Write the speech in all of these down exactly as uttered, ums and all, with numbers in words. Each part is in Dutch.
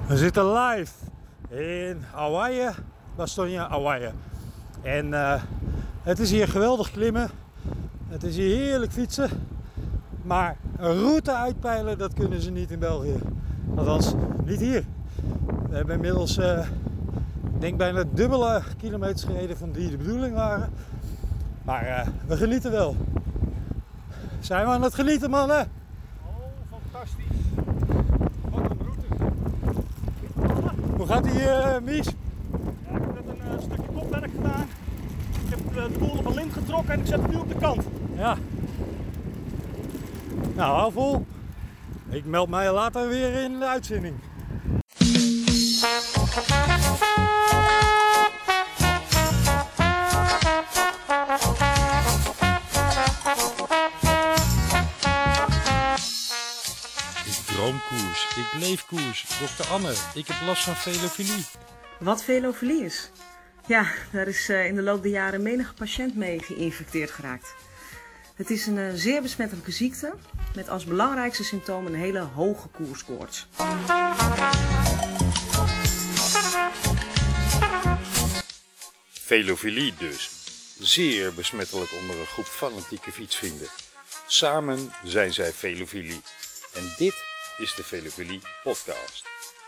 We zitten live in Hawaii, Bastogne, Hawaii. En uh, het is hier geweldig klimmen. Het is hier heerlijk fietsen. Maar een route uitpeilen, dat kunnen ze niet in België. Althans, niet hier. We hebben inmiddels, uh, ik denk bijna dubbele kilometers gereden van die de bedoeling waren. Maar uh, we genieten wel. Zijn we aan het genieten, mannen? Oh, fantastisch. Wat een route. Hoe gaat die, uh, Mies? Ja, ik heb net een uh, stukje kopwerk gedaan. Ik heb uh, de boel op een lint getrokken en ik zet het nu op de kant. Ja. Nou, hou vol. Ik meld mij later weer in de uitzending. Droomkoers, ik leef koers. dokter Anne, ik heb last van velofilie. Wat velofilie is? Ja, daar is uh, in de loop der jaren menige patiënt mee geïnfecteerd geraakt. Het is een uh, zeer besmettelijke ziekte met als belangrijkste symptoom een hele hoge koerskoorts. Velofilie dus. Zeer besmettelijk onder een groep fanatieke fietsvrienden. Samen zijn zij velofilie. En dit is de Velofilie podcast.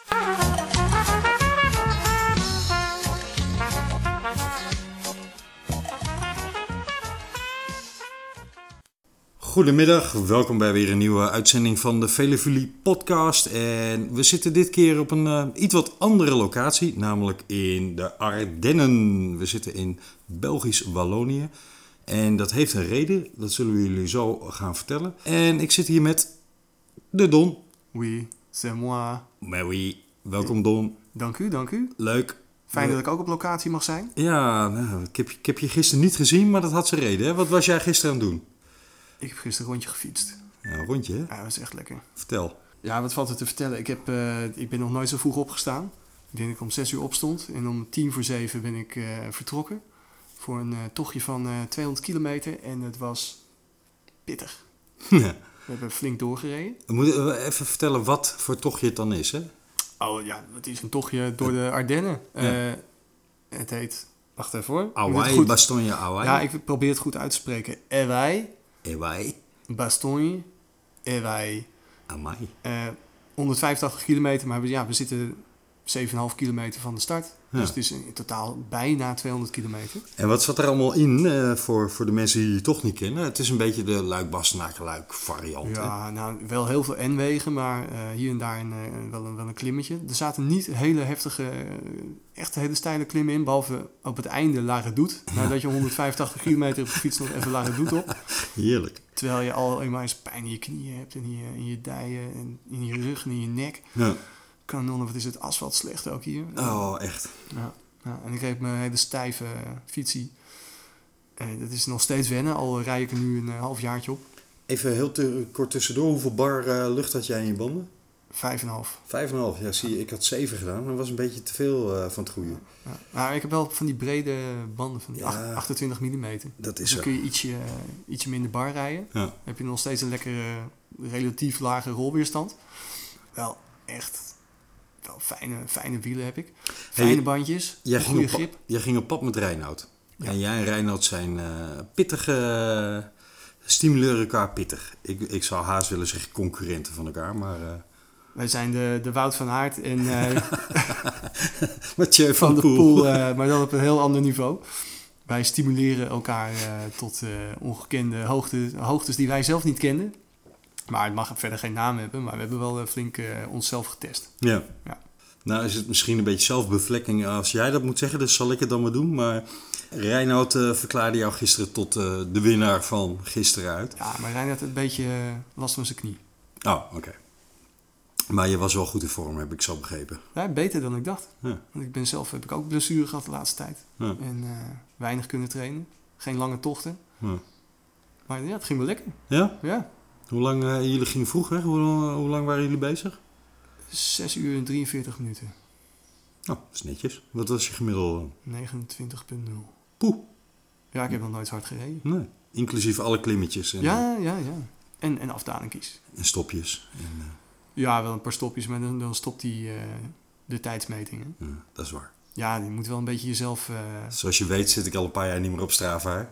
Goedemiddag, welkom bij weer een nieuwe uitzending van de Velofilie podcast. En we zitten dit keer op een uh, iets wat andere locatie, namelijk in de Ardennen. We zitten in Belgisch Wallonië. En dat heeft een reden, dat zullen we jullie zo gaan vertellen. En ik zit hier met de Don. Oui, c'est moi. Maar oui, welkom Don. Dank u, dank u. Leuk. Fijn dat ik ook op locatie mag zijn. Ja, nou, ik, heb, ik heb je gisteren niet gezien, maar dat had zijn reden. Hè? Wat was jij gisteren aan het doen? Ik heb gisteren een rondje gefietst. Ja, een rondje, hè? Ja, dat was echt lekker. Vertel. Ja, wat valt er te vertellen? Ik, heb, uh, ik ben nog nooit zo vroeg opgestaan. Ik denk dat ik om zes uur opstond. En om tien voor zeven ben ik uh, vertrokken. Voor een uh, tochtje van uh, tweehonderd kilometer. En het was pittig. Ja. We hebben flink doorgereden. We moeten even vertellen wat voor tochtje het dan is, hè? Oh ja, het is een tochtje door de Ardennen. Ja. Uh, het heet... Wacht even hoor. Hawaii, goed... Bastogne, Hawaii. Ja, ik probeer het goed uit te spreken. Hawaii, Hawaii, Bastogne, Hawaii. Amai. Uh, honderdvijfentachtig kilometer, maar we, ja, we zitten zeven komma vijf kilometer van de start. Ja. Dus het is in totaal bijna tweehonderd kilometer. En wat zat er allemaal in uh, voor, voor de mensen die je toch niet kennen? Het is een beetje de Luik-Bastenaken-Luik variant. Ja, hè? nou wel heel veel N-wegen, maar uh, hier en daar een, uh, wel, een, wel een klimmetje. Er zaten niet hele heftige, uh, echt hele steile klimmen in, behalve op het einde Lage Doet. Ja. Nadat je honderdvijfentachtig kilometer op de fiets nog even Lage Doet op. Heerlijk. Terwijl je al maar eens pijn in je knieën hebt en in je, in je dijen en in je rug en in je nek. Ja. Kanonnen, wat is het asfalt slecht ook hier. Oh, echt. Ja, ja, en ik reed mijn hele stijve uh, fietsie. Uh, dat is nog steeds wennen, al rijd ik er nu een uh, halfjaartje op. Even heel te, kort tussendoor, hoeveel bar uh, lucht had jij in je banden? Vijf en een half. Vijf en een half, ja zie je, ik had zeven gedaan, maar dat was een beetje te veel uh, van het goede. Ja. Nou, ik heb wel van die brede banden, van die Ja, achtentwintig millimeter. Dat is dus dan zo. kun je ietsje, uh, ietsje minder bar rijden. Ja. Dan heb je nog steeds een lekkere, relatief lage rolweerstand. Wel echt... Wel fijne, fijne wielen heb ik. Fijne hey, bandjes. Jij goede ging, op, grip. jij ging op pad met Reinoud. Ja. En jij en Reinoud zijn uh, pittige... Uh, stimuleren elkaar pittig. Ik, ik zou haast willen zeggen concurrenten van elkaar, maar... Uh... Wij zijn de, de Wout van Aert en... Uh, Mathieu van, van de Poel. Poel, uh, maar dan op een heel ander niveau. Wij stimuleren elkaar uh, tot uh, ongekende hoogte, hoogtes die wij zelf niet kenden. Maar het mag verder geen naam hebben, maar we hebben wel uh, flink uh, onszelf getest. Ja. Ja. Nou is het misschien een beetje zelfbevlekking als jij dat moet zeggen, dus zal ik het dan maar doen. Maar Reinoud uh, verklaarde jou gisteren tot uh, de winnaar van gisteren uit. Ja, maar Reinoud had een beetje uh, last van zijn knie. Oh, oké. Okay. Maar je was wel goed in vorm, heb ik zo begrepen. Ja, beter dan ik dacht. Ja. Want ik ben zelf, heb ik ook blessure gehad de laatste tijd. Ja. En uh, weinig kunnen trainen. Geen lange tochten. Ja. Maar ja, het ging wel lekker. Ja? Ja. Hoe lang, uh, jullie gingen vroeg weg? Hoe, uh, hoe lang waren jullie bezig? zes uur en drieënveertig minuten. Nou, dat is netjes. Wat was je gemiddelde? negenentwintig komma nul. Poeh. Ja, ik heb nog nooit hard gereden. Nee. Inclusief alle klimmetjes. En, ja, ja, ja. En, en afdalingjes. En stopjes. En, uh... Ja, wel een paar stopjes, maar dan, dan stopt hij uh, de tijdsmetingen. Ja, dat is waar. Ja, je moet wel een beetje jezelf... Uh... Zoals je weet zit ik al een paar jaar niet meer op Strava.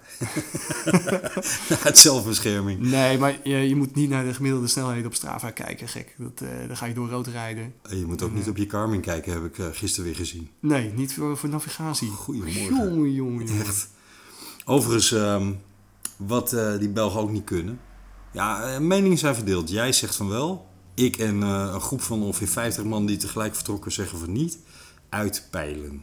Uit zelfbescherming. Nee, maar je, je moet niet naar de gemiddelde snelheden op Strava kijken, gek. Dat, uh, dan ga je door rood rijden. Je moet ook en, niet op je Garmin kijken, heb ik uh, gisteren weer gezien. Nee, niet voor, voor navigatie. Goedemorgen. Jongen, jongen, jongen. Echt. Overigens, um, wat uh, die Belgen ook niet kunnen. Ja, uh, meningen zijn verdeeld. Jij zegt van wel. Ik en uh, een groep van ongeveer vijftig man die tegelijk vertrokken zeggen van niet. Uitpeilen.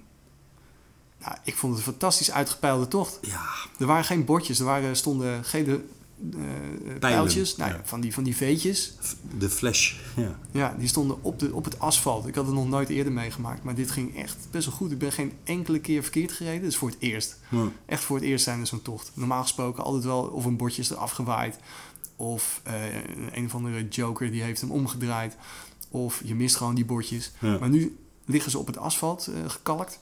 Nou, ik vond het een fantastisch uitgepeilde tocht. Ja. Er waren geen bordjes, er waren, stonden gele uh, pijltjes, nou, ja. van, die, van die veetjes. De flash, ja. Ja, die stonden op, de, op het asfalt. Ik had het nog nooit eerder meegemaakt, maar dit ging echt best wel goed. Ik ben geen enkele keer verkeerd gereden, dus voor het eerst. Ja. Echt voor het eerst zijn er zo'n tocht. Normaal gesproken altijd wel of een bordje is eraf gewaaid, of uh, een of andere joker die heeft hem omgedraaid, of je mist gewoon die bordjes. Ja. Maar nu liggen ze op het asfalt uh, gekalkt.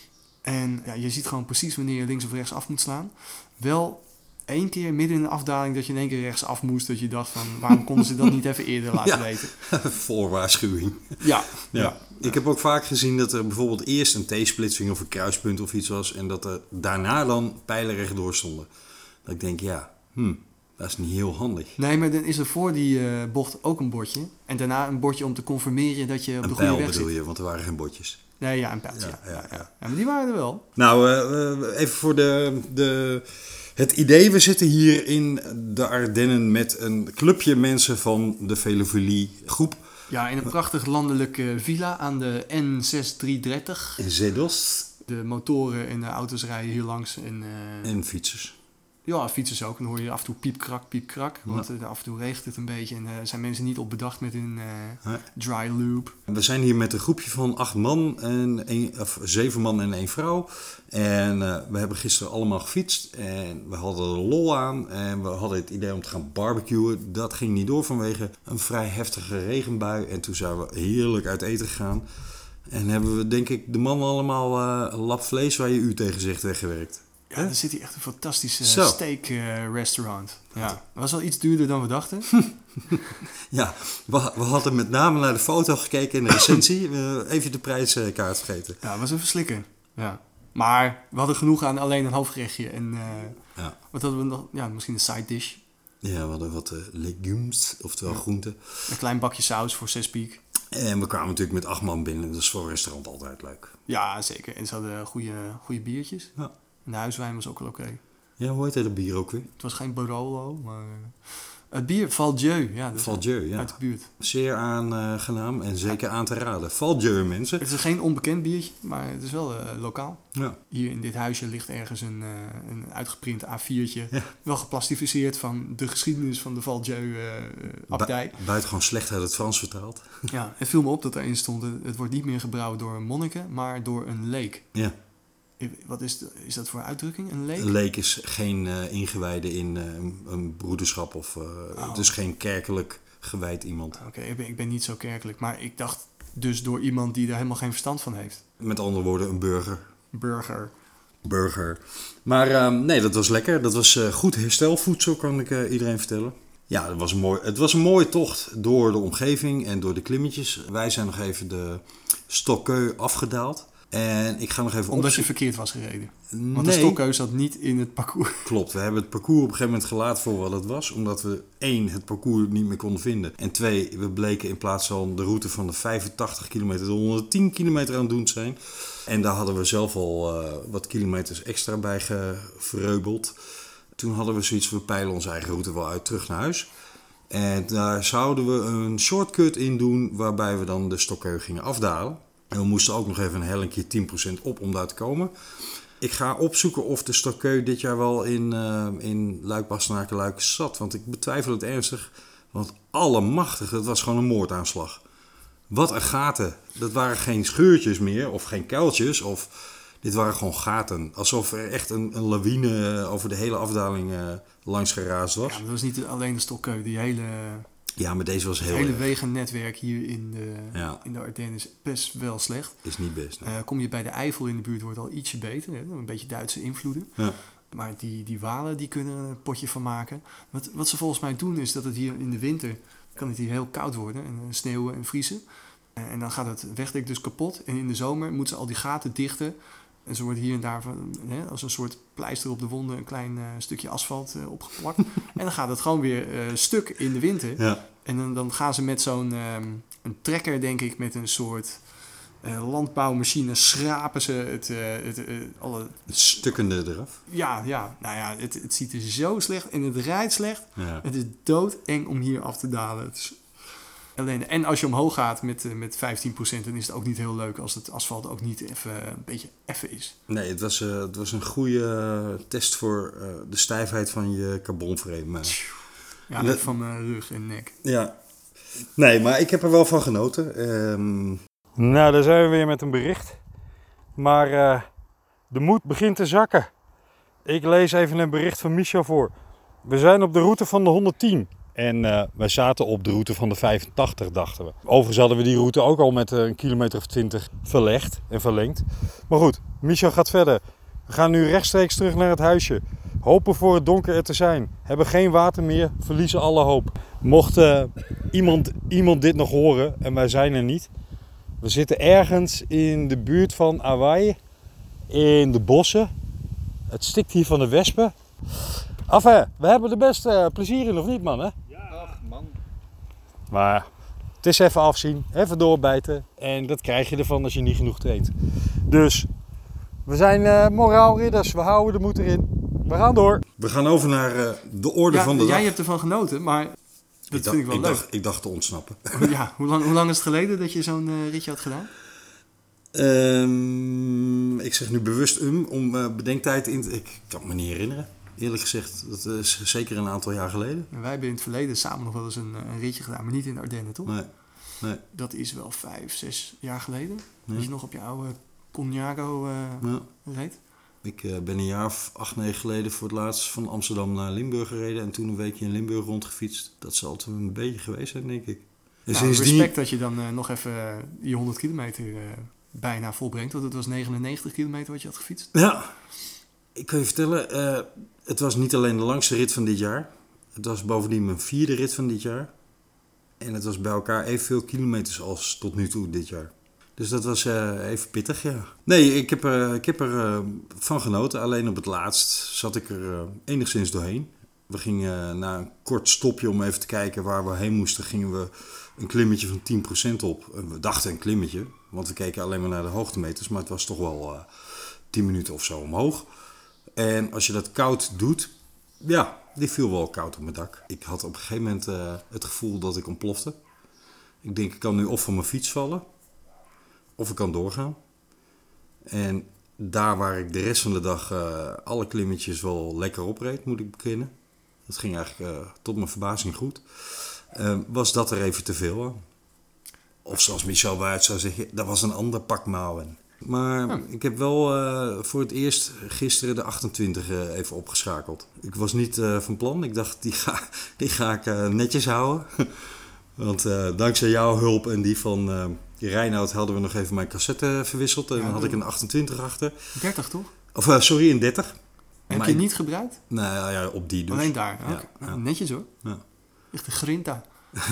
En ja, je ziet gewoon precies wanneer je links of rechts af moet slaan. Wel één keer midden in de afdaling dat je in één keer rechts af moest. Dat je dacht van, waarom konden ze dat niet even eerder laten ja, weten? Voorwaarschuwing. Ja, ja. ja. Ik heb ook vaak gezien dat er bijvoorbeeld eerst een T-splitsing of een kruispunt of iets was. En dat er daarna dan pijlen rechtdoor stonden. Dat ik denk, ja, hm, dat is niet heel handig. Nee, maar dan is er voor die uh, bocht ook een bordje. En daarna een bordje om te confirmeren dat je op een de goede weg zit. Een pijl bedoel je, want er waren geen bordjes. Nee, ja, een pijltje. Ja, ja, ja. Ja, maar die waren er wel. Nou, uh, even voor de, de, het idee. We zitten hier in de Ardennen met een clubje mensen van de Velofilie groep. Ja, in een prachtig landelijke villa aan de N zes drie dertig. In Zedos. De motoren en de auto's rijden hier langs. En, uh, en fietsers. Ja, fietsers ook. En dan hoor je af en toe piepkrak, piepkrak. Want ja. uh, af en toe regent het een beetje. En uh, zijn mensen niet op bedacht met hun uh, dry loop. We zijn hier met een groepje van acht man. En een, of zeven man en één vrouw. En uh, we hebben gisteren allemaal gefietst. En we hadden er lol aan. En we hadden het idee om te gaan barbecuen. Dat ging niet door vanwege een vrij heftige regenbui. En toen zijn we heerlijk uit eten gegaan. En hebben we denk ik de mannen allemaal uh, een lap vlees waar je u tegen zegt weggewerkt. Ja, er zit hier echt een fantastische steak uh, restaurant. Ja, dat was wel iets duurder dan we dachten. Ja, we, we hadden met name naar de foto gekeken en de recensie. Uh, even de prijskaart vergeten. Ja, dat was even slikken. Ja. Maar we hadden genoeg aan alleen een hoofdgerechtje. En uh, ja. Wat hadden we nog? Ja, misschien een side dish. Ja, we hadden wat uh, legumes, oftewel ja. groenten. Een klein bakje saus voor zes piek. En we kwamen natuurlijk met acht man binnen. Dat is voor een restaurant altijd leuk. Ja, zeker. En ze hadden goede, goede biertjes. Ja. En de huiswijn was ook wel oké. Okay. Ja, hoe heet dat bier ook weer? Het was geen Barolo, maar... Het bier, Valdieu. Ja, Valdieu, ja. Uit de buurt. Zeer aangenaam en zeker aan te raden. Valdieu, mensen. Het is geen onbekend biertje, maar het is wel uh, lokaal. Ja. Hier in dit huisje ligt ergens een, uh, een uitgeprint A viertje. Ja. Wel geplastificeerd van de geschiedenis van de Valdieu uh, abdij. Bu- buitengewoon slecht uit het Frans vertaald. Ja, het viel me op dat erin stond... Het wordt niet meer gebrouwen door monniken, maar door een leek. Ja. Wat is, de, is dat voor uitdrukking? Een leek? Een leek is geen uh, ingewijde in uh, een broederschap of uh, oh. Het is geen kerkelijk gewijd iemand. Oké, okay, ik, ben, ik ben niet zo kerkelijk, maar ik dacht dus door iemand die er helemaal geen verstand van heeft. Met andere woorden, een burger. Burger. Burger. Maar uh, nee, dat was lekker. Dat was uh, goed herstelvoedsel, kan ik uh, iedereen vertellen. Ja, het was, een mooi, het was een mooie tocht door de omgeving en door de klimmetjes. Wij zijn nog even de Stokkeu afgedaald. En ik ga nog even Omdat opzoeken. je verkeerd was gereden. Want nee. de Stokkeu zat niet in het parcours. Klopt, we hebben het parcours op een gegeven moment gelaten voor wat het was. Omdat we één, het parcours niet meer konden vinden. En twee, we bleken in plaats van de route van de vijfentachtig kilometer de honderdtien kilometer aan het doen zijn. En daar hadden we zelf al uh, wat kilometers extra bij gevreubeld. Toen hadden we zoiets, we peilen onze eigen route wel uit terug naar huis. En daar zouden we een shortcut in doen waarbij we dan de Stokkeu gingen afdalen. En we moesten ook nog even een hellinkje tien procent op om daar te komen. Ik ga opzoeken of de Stokkeu dit jaar wel in, uh, in Luik-Bastenaken-Luik zat. Want ik betwijfel het ernstig. Want allemachtig, het was gewoon een moordaanslag. Wat een gaten. Dat waren geen scheurtjes meer of geen kuiltjes. Of, dit waren gewoon gaten. Alsof er echt een, een lawine over de hele afdaling uh, langs geraasd was. Ja, maar dat was niet alleen de Stokkeu. Die hele... Ja, maar deze was heel Het hele erg. wegennetwerk hier in de, ja. in de Ardennen is best wel slecht. Is niet best. Nee. Uh, kom je bij de Eifel in de buurt, wordt het al ietsje beter. Hè? Een beetje Duitse invloeden. Ja. Maar die, die Walen, die kunnen er een potje van maken. Wat, wat ze volgens mij doen, is dat het hier in de winter... kan het hier heel koud worden en sneeuwen en vriezen. En dan gaat het wegdek dus kapot. En in de zomer moeten ze al die gaten dichten. En zo wordt hier en daar van, hè, als een soort pleister op de wonden een klein uh, stukje asfalt uh, opgeplakt. En dan gaat het gewoon weer uh, stuk in de winter. Ja. En dan, dan gaan ze met zo'n um, een trekker, denk ik, met een soort uh, landbouwmachine schrapen ze het, uh, het uh, alle stukkende eraf. Ja, ja, nou ja, het, het ziet er zo slecht en het rijdt slecht. Ja. Het is doodeng om hier af te dalen. Het is alleen, en als je omhoog gaat met, uh, met vijftien procent, dan is het ook niet heel leuk als het asfalt ook niet even een beetje effen is. Nee, het was, uh, het was een goede test voor uh, de stijfheid van je carbonframe. Ja, net van mijn rug en nek. Ja. Nee, maar ik heb er wel van genoten. Um... Nou, daar zijn we weer met een bericht. Maar uh, de moed begint te zakken. Ik lees even een bericht van Michel voor. We zijn op de route van de honderdtien. En uh, wij zaten op de route van de vijfentachtig, dachten we. Overigens hadden we die route ook al met uh, een kilometer of twintig verlegd en verlengd. Maar goed, Michel gaat verder. We gaan nu rechtstreeks terug naar het huisje. Hopen voor het donker er te zijn. Hebben geen water meer, verliezen alle hoop. Mocht uh, iemand, iemand dit nog horen en wij zijn er niet. We zitten ergens in de buurt van Hawaii. In de bossen. Het stikt hier van de wespen. Enfin, we hebben er best uh, plezier in, of niet, man? Hè? Ach, man. Maar het is even afzien, even doorbijten. En dat krijg je ervan als je niet genoeg traint. Dus we zijn uh, moraalridders. We houden de moed erin. We gaan door. We gaan over naar uh, de orde ja, van de jij dag. hebt ervan genoten, maar dat ik vind dacht, ik wel ik leuk. Dacht, ik dacht te ontsnappen. Ja, hoe lang, hoe lang is het geleden dat je zo'n uh, ritje had gedaan? Um, ik zeg nu bewust um, om uh, bedenktijd in te... Ik kan me niet herinneren. Eerlijk gezegd, dat is zeker een aantal jaar geleden. En wij hebben in het verleden samen nog wel eens een, een ritje gedaan, maar niet in de Ardennen, toch? Nee. nee. Dat is wel vijf, zes jaar geleden. Nee. Dat je nog op je oude Conjago uh, ja. reed. Ik uh, ben een jaar of acht, negen geleden voor het laatst van Amsterdam naar Limburg gereden. En toen een weekje in Limburg rondgefietst. Dat zal het een beetje geweest zijn, denk ik. En Nou, sindsdien... respect dat je dan uh, nog even uh, die honderd kilometer uh, bijna volbrengt. Want het was negenennegentig kilometer wat je had gefietst. Ja, ik kan je vertellen, uh, het was niet alleen de langste rit van dit jaar. Het was bovendien mijn vierde rit van dit jaar. En het was bij elkaar evenveel kilometers als tot nu toe dit jaar. Dus dat was uh, even pittig, ja. Nee, ik heb, uh, ik heb er uh, van genoten. Alleen op het laatst zat ik er uh, enigszins doorheen. We gingen uh, na een kort stopje om even te kijken waar we heen moesten, gingen we een klimmetje van tien procent op. We dachten een klimmetje, want we keken alleen maar naar de hoogtemeters. Maar het was toch wel uh, tien minuten of zo omhoog. En als je dat koud doet, ja, die viel wel koud op mijn dak. Ik had op een gegeven moment uh, het gevoel dat ik ontplofte. Ik denk, ik kan nu of van mijn fiets vallen, of ik kan doorgaan. En daar waar ik de rest van de dag uh, alle klimmetjes wel lekker opreed, moet ik bekennen. Dat ging eigenlijk uh, tot mijn verbazing goed. Uh, was dat er even te veel aan. Of zoals Michel Wuit zou zeggen, dat was een ander pak mouwen. Maar ja. Ik heb wel uh, voor het eerst gisteren de achtentwintig uh, even opgeschakeld. Ik was niet uh, van plan. Ik dacht, die ga, die ga ik uh, netjes houden. Want uh, dankzij jouw hulp en die van uh, Reinoud hadden we nog even mijn cassette verwisseld. En ja, dan had ik een achtentwintig achter. dertig toch? Of uh, sorry, een dertig. Heb maar je ik... niet gebruikt? Nou ja, op die dus. Alleen daar? Ja, okay. ja. Netjes hoor. Ja. Echt een grinta.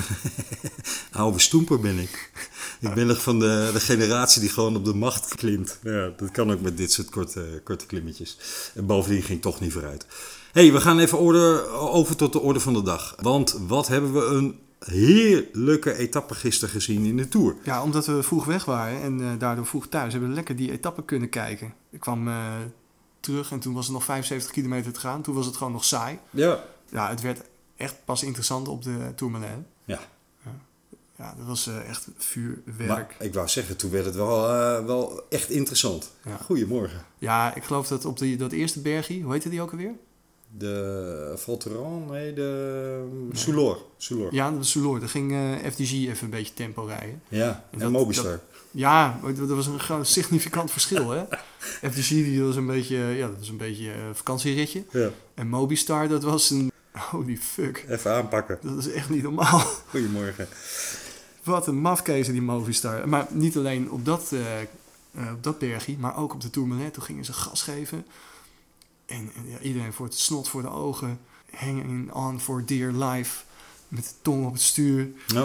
Oude stoemper ben ik. Ik ben nog van de, de generatie die gewoon op de macht klimt. Ja, dat kan ook met dit soort korte, korte klimmetjes. En bovendien ging toch niet vooruit. Hé, hey, we gaan even orde, over tot de orde van de dag. Want wat hebben we een heerlijke etappe gisteren gezien in de Tour. Ja, omdat we vroeg weg waren en uh, daardoor vroeg thuis hebben we lekker die etappe kunnen kijken. Ik kwam uh, terug en toen was het nog vijfenzeventig kilometer te gaan. Toen was het gewoon nog saai. Ja. Ja, het werd echt pas interessant op de Tourmalet. Ja. Ja, ja dat was uh, echt vuurwerk. Maar ik wou zeggen, toen werd het wel, uh, wel echt interessant. Ja. Goedemorgen. Ja, ik geloof dat op die, dat eerste bergie, hoe heette die ook alweer? De Volteran, nee, de nee. Soulor. Soulor. Ja, de Soulor. Daar ging uh, F D G even een beetje tempo rijden. Ja, en, en dat, Mobistar. Dat, ja, dat was een, een significant verschil, hè. F D G, die was een beetje, ja, dat was een beetje een vakantieritje. Ja. En Mobistar, dat was een, holy fuck. Even aanpakken. Dat is echt niet normaal. Goedemorgen. Wat een mafkezer die Movistar. Maar niet alleen op dat, uh, uh, op dat bergie, maar ook op de Tourmalet. Toen gingen ze gas geven. En, en ja, iedereen voor het snot voor de ogen. Hanging on for dear life. Met de tong op het stuur. Ja.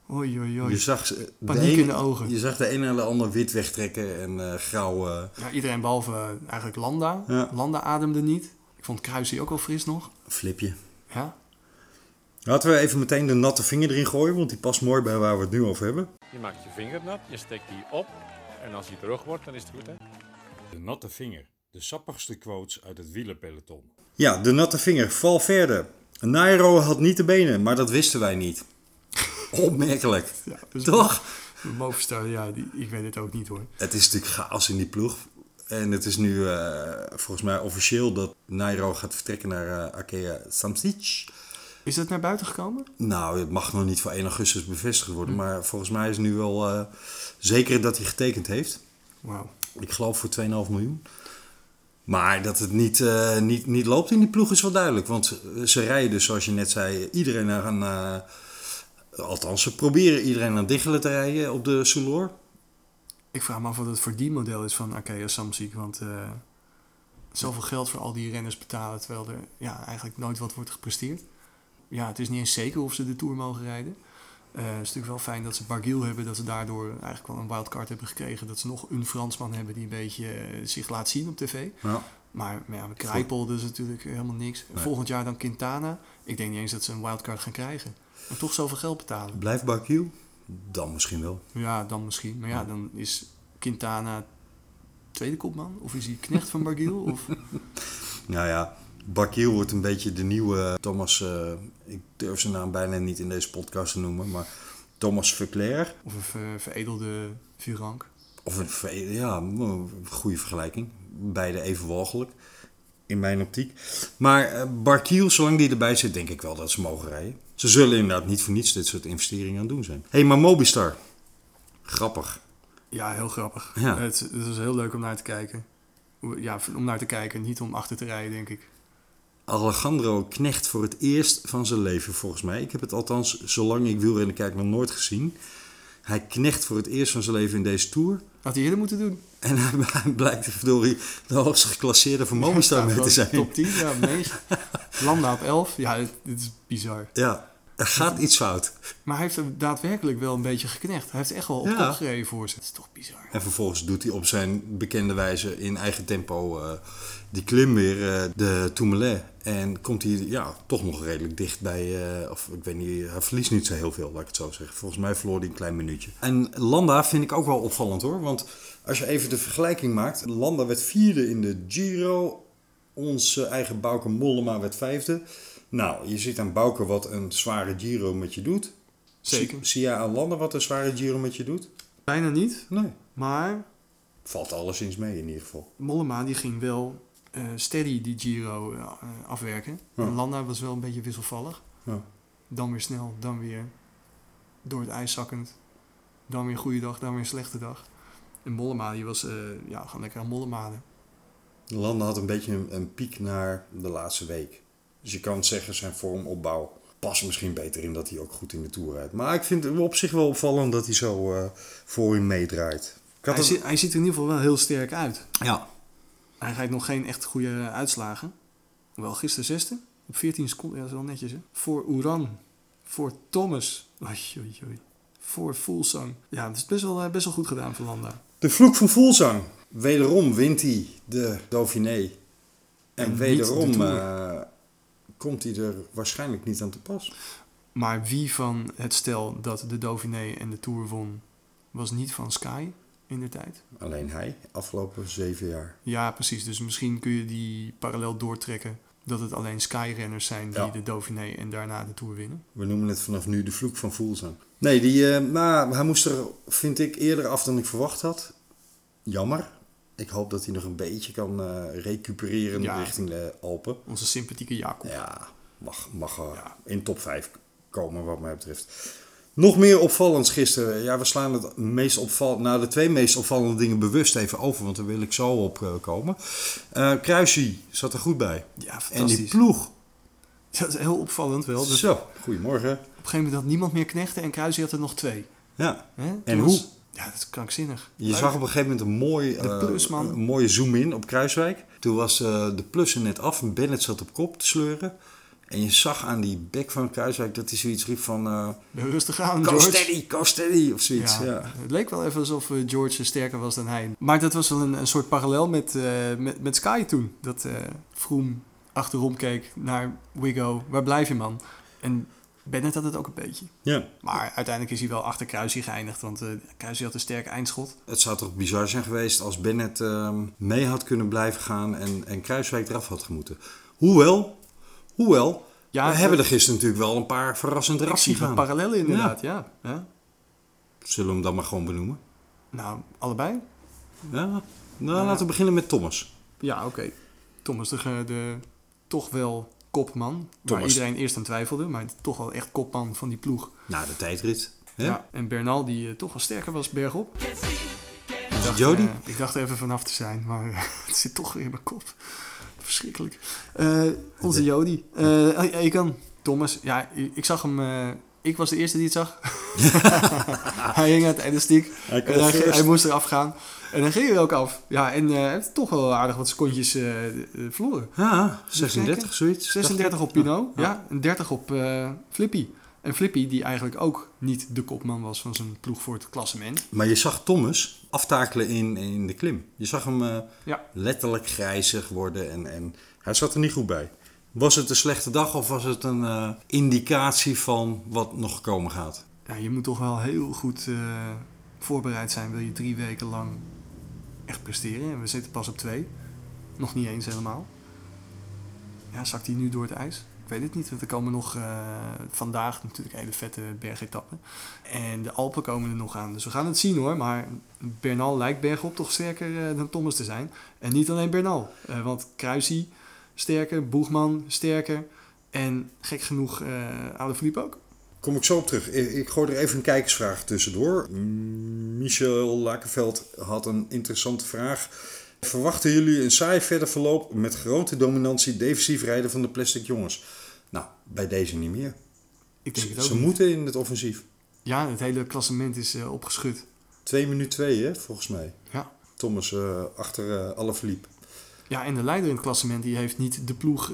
Oei, oei, oei. Je zag, ze- de Paniek ene, in de ogen. je zag de ene en de ander wit wegtrekken en uh, grauw. Uh, Ja, iedereen behalve uh, eigenlijk Landa. Ja. Landa ademde niet. Ik vond Kruijsie ook wel fris nog. flipje. Ja. Laten we even meteen de natte vinger erin gooien, want die past mooi bij waar we het nu over hebben. Je maakt je vinger nat, je steekt die op en als die droog wordt, dan is het goed, hè? De natte vinger. De sappigste quotes uit het wielerpeloton. Ja, de natte vinger. Valverde. Nairo had niet de benen, maar dat wisten wij niet. Opmerkelijk. ja dus Toch? Movistar, ja, die, ik weet het ook niet hoor. Het is natuurlijk chaos in die ploeg. En het is nu uh, volgens mij officieel dat Nairo gaat vertrekken naar uh, Arkea Samsic. Is dat naar buiten gekomen? Nou, het mag nog niet voor één augustus bevestigd worden. Hm. Maar volgens mij is nu wel uh, zeker dat hij getekend heeft. Wauw. Ik geloof voor twee komma vijf miljoen. Maar dat het niet, uh, niet, niet loopt in die ploeg is wel duidelijk. Want ze rijden dus, zoals je net zei, iedereen naar een... Uh, althans, ze proberen iedereen aan Diggelen te rijden op de Soulor. Ik vraag me af wat het verdienmodel is van Arkea Samsic. Want uh, zoveel geld voor al die renners betalen, terwijl er ja, eigenlijk nooit wat wordt gepresteerd. Ja, het is niet eens zeker of ze de Tour mogen rijden. Uh, het is natuurlijk wel fijn dat ze Barguil hebben, dat ze daardoor eigenlijk wel een wildcard hebben gekregen. Dat ze nog een Fransman hebben die een beetje uh, zich laat zien op tv. Ja. Maar, maar ja, met Krijpel dus natuurlijk helemaal niks. Nee. Volgend jaar dan Quintana. Ik denk niet eens dat ze een wildcard gaan krijgen. Maar toch zoveel geld betalen. Blijft Barguil? Dan misschien wel. Ja, dan misschien. Maar ja, dan is Quintana tweede kopman? Of is hij knecht van Barguil? Of... Nou ja, Barguil wordt een beetje de nieuwe Thomas... Uh, ik durf zijn naam bijna niet in deze podcast te noemen, maar Thomas Verclair. Of een ver, veredelde Virank. Of een veredelde, ja, een goede vergelijking. Beide even walgelijk, in mijn optiek. Maar uh, Barguil, zolang die erbij zit, denk ik wel dat ze mogen rijden. Ze zullen inderdaad niet voor niets dit soort investeringen aan het doen zijn. Hé, hey, maar Mobistar. Grappig. Ja, heel grappig. Ja. Het, het is heel leuk om naar te kijken. Ja, om naar te kijken, niet om achter te rijden, denk ik. Alejandro knecht voor het eerst van zijn leven, volgens mij. Ik heb het althans, zolang ik wielrennen kijk, nog nooit gezien. Hij knecht voor het eerst van zijn leven in deze Tour. Had hij eerder moeten doen. En hij blijkt verdorie de hoogst geclasseerde van Movistar mee te zijn. Top tien, ja, negen. Landa op elf. Ja, dit, dit is bizar. Ja, er gaat iets fout. Maar hij heeft er daadwerkelijk wel een beetje geknecht. Hij heeft echt wel op ja. kop gereden voor ze. Dat is toch bizar. En vervolgens doet hij op zijn bekende wijze in eigen tempo uh, die klim weer, uh, de Tourmalet. En komt hij ja, toch nog redelijk dicht bij, uh, of ik weet niet, hij verliest niet zo heel veel, laat ik het zo zeggen. Volgens mij verloor hij een klein minuutje. En Landa vind ik ook wel opvallend hoor, want als je even de vergelijking maakt. Landa werd vierde in de Giro, onze eigen Bauke Mollema werd vijfde. Nou, je ziet aan Bauke wat een zware Giro met je doet. Zeker. Zie, zie jij aan Landa wat een zware Giro met je doet? Bijna niet. Nee. Maar... Valt alleszins mee in ieder geval. Mollema die ging wel uh, steady die Giro uh, afwerken. Ja. En Landa was wel een beetje wisselvallig. Ja. Dan weer snel, dan weer door het ijs zakkend. Dan weer een goede dag, dan weer een slechte dag. En Mollema die was uh, ja, gewoon lekker aan Mollemaden. Landa had een beetje een, een piek naar de laatste week. Dus je kan zeggen zijn vormopbouw past misschien beter in dat hij ook goed in de Tour rijdt. Maar ik vind het op zich wel opvallend dat hij zo uh, voor hem meedraait. Hij, het... ziet, hij ziet er in ieder geval wel heel sterk uit. Ja. Hij rijdt nog geen echt goede uitslagen. Wel gisteren zesde. Op veertien seconden. Ja, dat is wel netjes hè. Voor Uran. Voor Thomas. Oei, oei, oei. Voor Fuglsang. Ja, het is best wel, best wel goed gedaan voor Landa. De vloek van Fuglsang. Wederom wint hij de Dauphiné. En, en wederom uh, komt hij er waarschijnlijk niet aan te pas. Maar wie van het stel dat de Dauphiné en de Tour won, was niet van Sky in de tijd? Alleen hij, afgelopen zeven jaar. Ja, precies. Dus misschien kun je die parallel doortrekken dat het alleen Sky-renners zijn die ja. de Dauphiné en daarna de Tour winnen. We noemen het vanaf nu de vloek van Fuglsang. Nee, die, uh, nou, hij moest er, vind ik, eerder af dan ik verwacht had. Jammer. Ik hoop dat hij nog een beetje kan uh, recupereren ja. richting de Alpen. Onze sympathieke Jacob. Ja, mag, mag uh, ja. in top vijf komen wat mij betreft. Nog meer opvallends gisteren. Ja, we slaan het meest opvallend, nou, de twee meest opvallende dingen bewust even over, want daar wil ik zo op uh, komen. Uh, Kruijsie zat er goed bij. Ja, fantastisch. En die ploeg. Dat is heel opvallend wel. Dat Zo, goedemorgen. Op een gegeven moment had niemand meer knechten en Kruijsie had er nog twee. Ja, Hè? en was, hoe? Ja, dat is krankzinnig. Je zag op een gegeven moment een, mooi, uh, plusman. een mooie zoom-in op Kruiswijk. Toen was uh, de plussen net af en Bennett zat op kop te sleuren. En je zag aan die bek van Kruiswijk dat hij zoiets riep van... Uh, Rustig aan, Go George. steady, go steady, of zoiets. Ja, Ja. Het leek wel even alsof uh, George sterker was dan hij. Maar dat was wel een, een soort parallel met, uh, met, met Sky toen. Dat uh, Froome achterom keek naar Wiggo. Waar blijf je, man? En Bennett had het ook een beetje. Ja. Maar uiteindelijk is hij wel achter Kruijsie geëindigd. Want uh, Kruijsie had een sterk eindschot. Het zou toch bizar zijn geweest als Bennett uh, mee had kunnen blijven gaan en, en Kruiswijk eraf had gemoeten. Hoewel, hoewel ja, we uh, hebben er gisteren natuurlijk wel een paar verrassende Ik acties zie gaan. parallellen inderdaad, ja. ja. ja. Zullen we hem dan maar gewoon benoemen? Nou, allebei? Ja, nou uh, laten we beginnen met Thomas. Ja, oké. Okay. Thomas, de, de toch wel kopman. Thomas. Waar iedereen eerst aan twijfelde, maar toch wel echt kopman van die ploeg. Na de tijdrit. Hè? Ja, en Bernal die uh, toch wel sterker was bergop. Ik dacht, Jody? Uh, ik dacht even vanaf te zijn, maar uh, het zit toch weer in mijn kop. Verschrikkelijk. Uh, onze Jody. Uh, Egan, Thomas. Ja, ik zag hem... Uh, ik was de eerste die het zag. Hij hing aan het elastiek. Hij, en hij, hij moest eraf gaan. En dan ging hij ook af. Ja, en hij uh, heeft toch wel aardig wat secondjes uh, uh, verloren. Ja, zesendertig zoiets. zesendertig op Pinot. Ja. ja, en dertig op uh, Flippy. En Flippy, die eigenlijk ook niet de kopman was van zijn ploeg voor het klassement. Maar je zag Thomas aftakelen in, in de klim. Je zag hem uh, ja. letterlijk grijzig worden en, en hij zat er niet goed bij. Was het een slechte dag of was het een uh, indicatie van wat nog komen gaat? Ja, je moet toch wel heel goed uh, voorbereid zijn. Wil je drie weken lang echt presteren. En we zitten pas op twee. Nog niet eens helemaal. Ja, zakt hij nu door het ijs? Ik weet het niet, want er komen nog uh, vandaag natuurlijk hele vette bergetappen. En de Alpen komen er nog aan. Dus we gaan het zien hoor. Maar Bernal lijkt bergop toch sterker uh, dan Thomas te zijn. En niet alleen Bernal. Uh, want Kruijsie sterker, Boegman sterker. En gek genoeg uh, Alaphilippe ook. Kom ik zo op terug. Ik gooi er even een kijkersvraag tussendoor. Michel Lakenveld had een interessante vraag. Verwachten jullie een saai verder verloop met grote dominantie defensief rijden van de plastic jongens? Nou, bij deze niet meer. Ik denk het ook Ze niet. moeten in het offensief. Ja, het hele klassement is uh, opgeschud. twee minuut twee, hè, volgens mij. Ja. Thomas uh, achter uh, Alaphilippe. Ja, en de leider in het klassement die heeft niet de ploeg uh,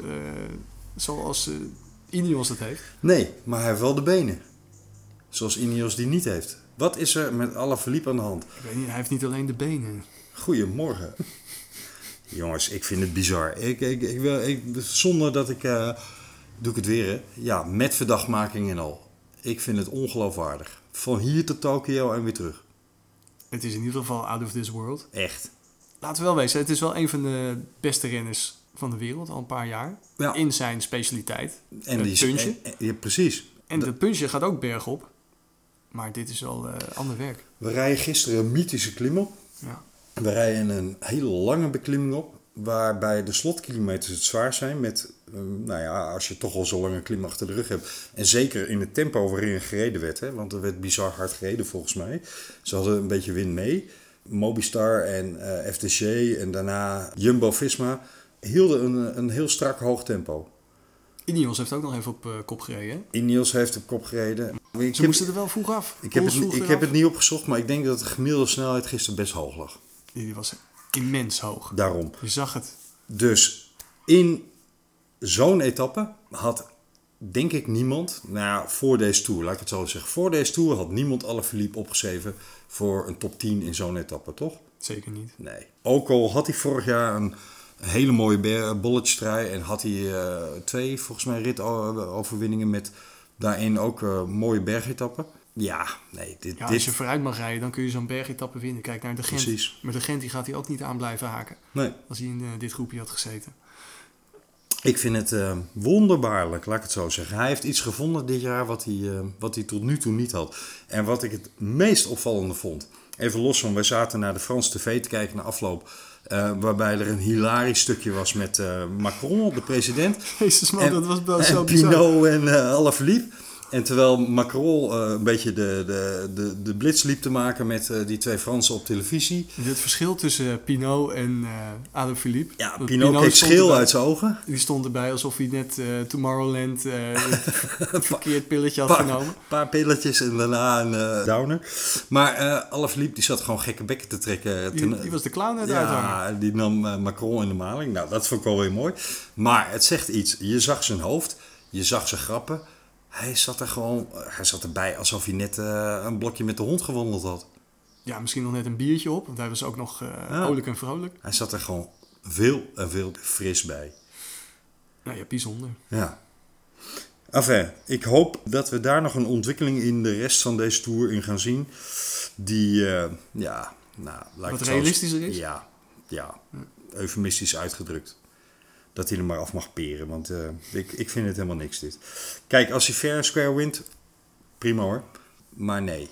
zoals uh, Ineos het heeft. Nee, maar hij heeft wel de benen. Zoals Ineos die niet heeft. Wat is er met Alaphilippe aan de hand? Ik weet niet, hij heeft niet alleen de benen. Goedemorgen. Jongens, ik vind het bizar. Ik, ik, ik, wil, ik, zonder dat ik... Uh, doe ik het weer, hè? Ja, met verdachtmaking en al. Ik vind het ongeloofwaardig. Van hier tot Tokio en weer terug. Het is in ieder geval out of this world. Echt. Laten we wel wezen, het is wel een van de beste renners van de wereld, al een paar jaar. Ja. In zijn specialiteit. En het die, puntje. En, en, ja, precies. En de puntje gaat ook bergop. Maar dit is wel uh, ander werk. We rijden gisteren een mythische klim op. Ja. We rijden een hele lange beklimming op. Waarbij de slotkilometers het zwaar zijn. Met, uh, nou ja, als je toch al zo'n lange klim achter de rug hebt. En zeker in het tempo waarin gereden werd. Hè, want er werd bizar hard gereden volgens mij. Ze hadden een beetje wind mee. Mobistar en uh, F D C en daarna Jumbo-Visma hielden een, een heel strak hoog tempo. Ineos heeft ook nog even op uh, kop gereden. Hè? Ineos heeft op kop gereden. Ik Ze heb, moesten er wel vroeg af. Ik, heb het, vroeg ik heb het niet opgezocht, maar ik denk dat de gemiddelde snelheid gisteren best hoog lag. Die was immens hoog. Daarom. Je zag het. Dus in zo'n etappe had denk ik niemand, nou ja, voor deze Tour, laat ik het zo zeggen. Voor deze Tour had niemand Alaphilippe opgeschreven voor een top tien in zo'n etappe, toch? Zeker niet. Nee. Ook al had hij vorig jaar een hele mooie bolletjestrui en had hij uh, twee, volgens mij, ritoverwinningen met daarin ook uh, mooie bergetappen. Ja, nee. Dit, ja, dit... als je vooruit mag rijden, dan kun je zo'n bergetappe winnen. Kijk naar de Gent. Precies. Maar de Gent die gaat hij ook niet aan blijven haken. Nee. Als hij in uh, dit groepje had gezeten. Ik vind het uh, wonderbaarlijk, laat ik het zo zeggen. Hij heeft iets gevonden dit jaar wat hij, uh, wat hij tot nu toe niet had. En wat ik het meest opvallende vond. Even los van, wij zaten naar de Franse tv te kijken naar afloop. Uh, waarbij er een hilarisch stukje was met uh, Macron, de president. Jezus man, en, dat was wel en zo Pinot en uh, Alaphilippe. En terwijl Macron uh, een beetje de, de, de, de blitz liep te maken met uh, die twee Fransen op televisie. Het verschil tussen Pinot en uh, Alaphilippe. Ja, Pinot, Pinot keek scheel erbij, uit zijn ogen. Die stond erbij alsof hij net uh, Tomorrowland uh, een verkeerd pilletje had pa, genomen. Een paar pilletjes en daarna een uh, downer. Maar uh, Alaphilippe die zat gewoon gekke bekken te trekken. Die, die was de clown uit de ja, uithangen. Ja, die nam uh, Macron in de maling. Nou, dat vond ik wel weer mooi. Maar het zegt iets. Je zag zijn hoofd. Je zag ze grappen. Hij zat er gewoon, hij zat erbij alsof hij net uh, een blokje met de hond gewandeld had. Ja, misschien nog net een biertje op, want hij was ook nog uh, ja. vrolijk en vrolijk. Hij zat er gewoon veel en veel fris bij. Nou ja, bijzonder. Ja. Enfin, ik hoop dat we daar nog een ontwikkeling in de rest van deze tour in gaan zien. Die, uh, ja, nou... Wat realistischer is? Ja, ja, eufemistisch uitgedrukt. Dat hij er maar af mag peren, want uh, ik, ik vind het helemaal niks dit. Kijk, als hij fair and square wint, prima hoor. Maar nee.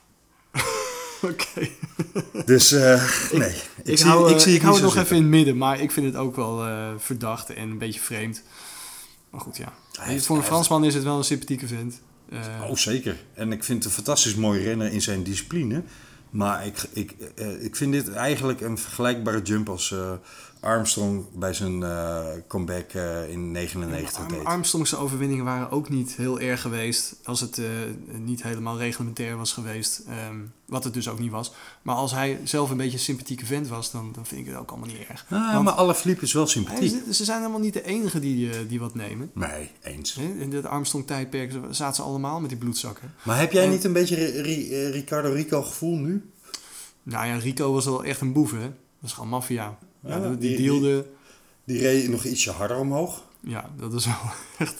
Oké. Okay. Dus uh, nee. Ik, ik, ik zie, hou, ik, zie ik hou het nog zitten. even in het midden, maar ik vind het ook wel uh, verdacht en een beetje vreemd. Maar goed, ja. Heeft, voor een Fransman is het wel een sympathieke vent. Uh, oh, zeker. En ik vind het een fantastisch mooi renner in zijn discipline. Maar ik, ik, uh, ik vind dit eigenlijk een vergelijkbare jump als uh, Armstrong bij zijn uh, comeback uh, in negenennegentig deed. Armstrong's overwinningen waren ook niet heel erg geweest als het uh, niet helemaal reglementair was geweest. Um, wat het dus ook niet was. Maar als hij zelf een beetje een sympathieke vent was, dan, dan vind ik het ook allemaal niet erg. Ah, Want, maar Alaphilippe is wel sympathiek. Hij, ze zijn helemaal niet de enige die, uh, die wat nemen. Nee, eens. In het Armstrong-tijdperk zaten ze allemaal met die bloedzakken. Maar heb jij en, niet een beetje R- R- Ricardo Rico gevoel nu? Nou ja, Rico was wel echt een boef, hè. Dat is gewoon maffia. Ja, ja, die, die, die dealde... Die, die reed nog ietsje harder omhoog. Ja, dat is wel echt...